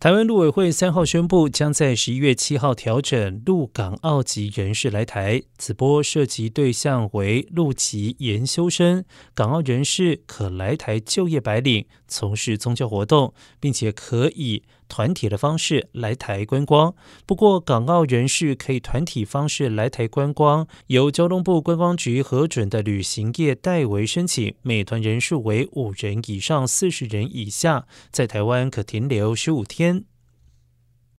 台湾陆委会3号宣布，将在11月7号调整陆港澳籍人士来台，此波涉及对象为陆籍研修生，港澳人士可来台就业白领，从事宗教活动，并且可以团体的方式来台观光。不过，港澳人士可以团体方式来台观光，由交通部观光局核准的旅行业代为申请，每团人数为5人以上40人以下，在台湾可停留15天。